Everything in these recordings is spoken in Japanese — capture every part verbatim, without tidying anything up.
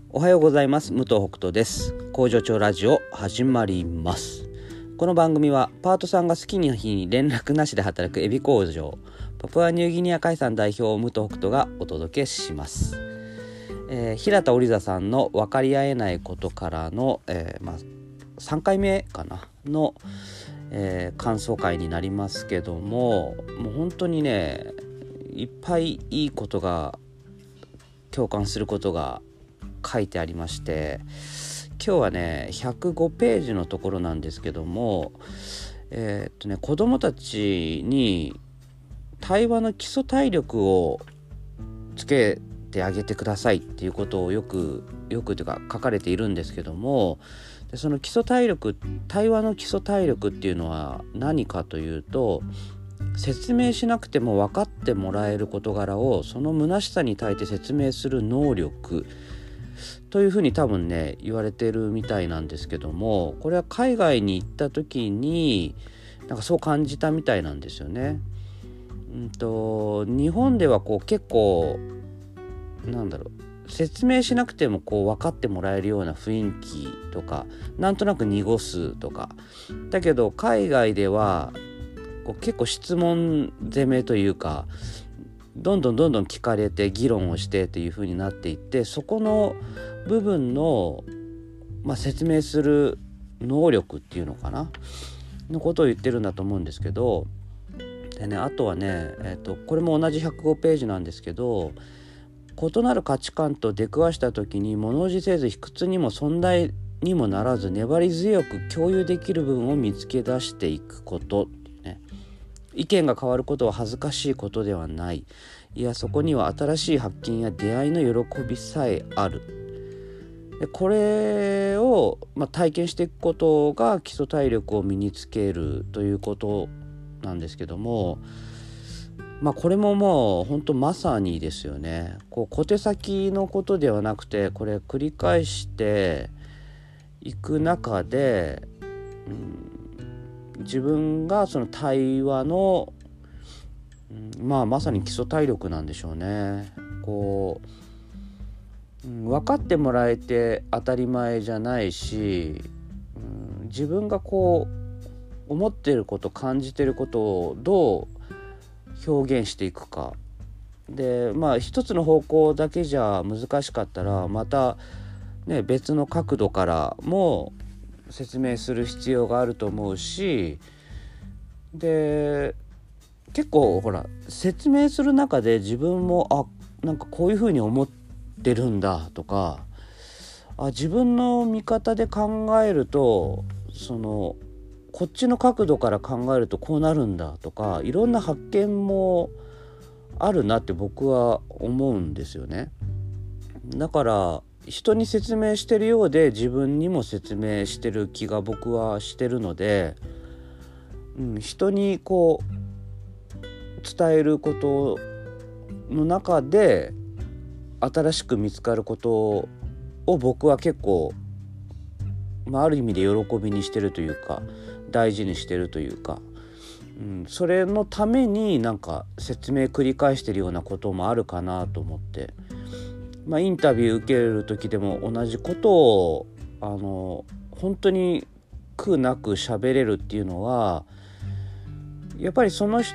おはようございます。武藤北斗です。工場長ラジオ始まります。この番組はパートさんが好きな日に連絡なしで働くエビ工場パプアニューギニア海産代表武藤北斗がお届けします。えー、平田織座さんの分かり合えないことからの、えーまあ、さんかいめかなの、えー、感想会になりますけども、もう本当にねいっぱいいいことが共感することが書いてありまして、今日はねひゃくごページのところなんですけども、えーっとね子どもたちに対話の基礎体力をつけてあげてくださいっていうことをよくよくというか書かれているんですけども、でその基礎体力対話の基礎体力っていうのは何かというと、説明しなくても分かってもらえる事柄をその虚しさに耐えて説明する能力というふうに多分ね言われてるみたいなんですけども、これは海外に行った時になんかそう感じたみたいなんですよね。うんと日本ではこう結構なんだろう説明しなくてもこう分かってもらえるような雰囲気とかなんとなく濁すとか、だけど海外ではこう結構質問攻めというかどんどんどんどん聞かれて議論をしてという風になっていって、そこの部分の、まあ、説明する能力っていうのかなのことを言ってるんだと思うんですけど、でね、あとはね、えーと、これも同じひゃくごページなんですけど、異なる価値観と出くわした時に物おじせず卑屈にも尊大にもならず粘り強く共有できる部分を見つけ出していくことっていうね。意見が変わることは恥ずかしいことではない。いやそこには新しい発見や出会いの喜びさえある。でこれを、まあ、体験していくことが基礎体力を身につけるということなんですけども、まあこれももう本当まさにですよね。こう小手先のことではなくて、これ繰り返していく中で、うん、自分がその対話の、うん、まあまさに基礎体力なんでしょうね。こう、うん、分かってもらえて当たり前じゃないし、うん、自分がこう思ってること感じてることをどう表現していくかで、まあ一つの方向だけじゃ難しかったらまたね別の角度からも説明する必要があると思うし、で結構ほら説明する中で自分もあなんかこういうふうに思ってるんだとか、あ自分の見方で考えるとそのこっちの角度から考えるとこうなるんだとか、いろんな発見もあるなって僕は思うんですよね。だから人に説明してるようで自分にも説明してる気が僕はしてるので、うん、人にこう伝えることの中で新しく見つかることを僕は結構、まあ、ある意味で喜びにしてるというか大事にしてるというか、うん、それのためになんか説明繰り返してるようなこともあるかなと思って、まあ、インタビュー受ける時でも同じことをあの本当に苦なく喋れるっていうのはやっぱりその人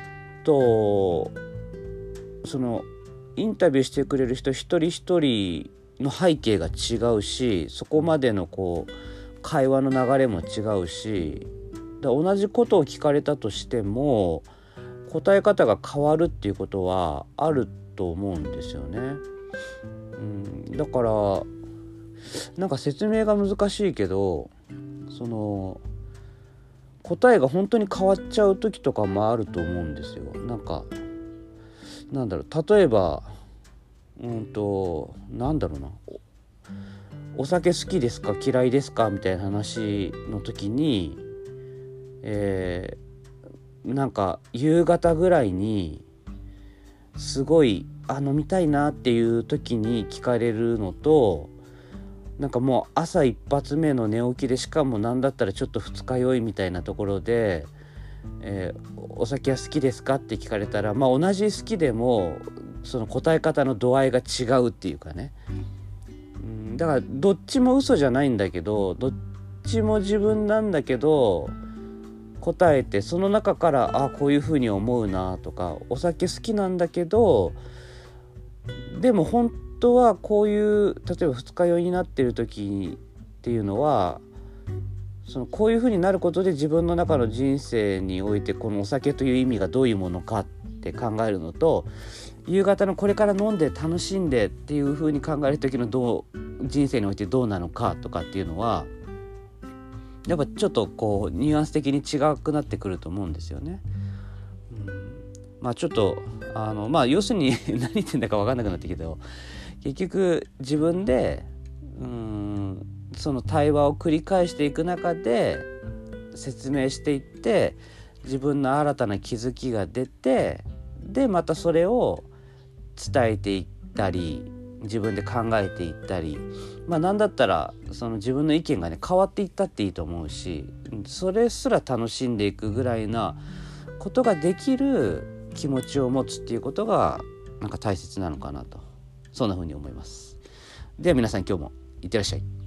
そのインタビューしてくれる人一人一人の背景が違うし、そこまでのこう会話の流れも違うし、同じことを聞かれたとしても答え方が変わるっていうことはあると思うんですよね。うん、だからなんか説明が難しいけどその答えが本当に変わっちゃう時とかもあると思うんですよ。なんかなんだろう例えばうんとなんだろうなお、お酒好きですか嫌いですかみたいな話の時にえー、なんか夕方ぐらいにすごいあ飲みたいなっていう時に聞かれるのと、なんかもう朝一発目の寝起きでしかもなんだったらちょっと二日酔いみたいなところで、えー、お酒は好きですかって聞かれたら、まあ同じ好きでもその答え方の度合いが違うっていうかね、 だからどっちも嘘じゃないんだけど、どっちも自分なんだけど答えて、その中からあこういうふうに思うなとか、お酒好きなんだけどでも本当はこういう、例えば二日酔いになってる時っていうのは、そのこういうふうになることで自分の中の人生においてこのお酒という意味がどういうものかって考えるのと、夕方のこれから飲んで楽しんでっていうふうに考える時のどう人生においてどうなのかとかっていうのはやっぱちょっとこうニュアンス的に違くなってくると思うんですよね。うん、まあちょっとあのまあ要するに何言ってんだか分かんなくなってきたけど、結局自分でうーんその対話を繰り返していく中で説明していって、自分の新たな気づきが出て、でまたそれを伝えていったり自分で考えていったり、まあ何だったらその自分の意見がね変わっていったっていいと思うし、それすら楽しんでいくぐらいなことができる気持ちを持つっていうことがなんか大切なのかなと、そんな風に思います。では皆さん今日もいってらっしゃい。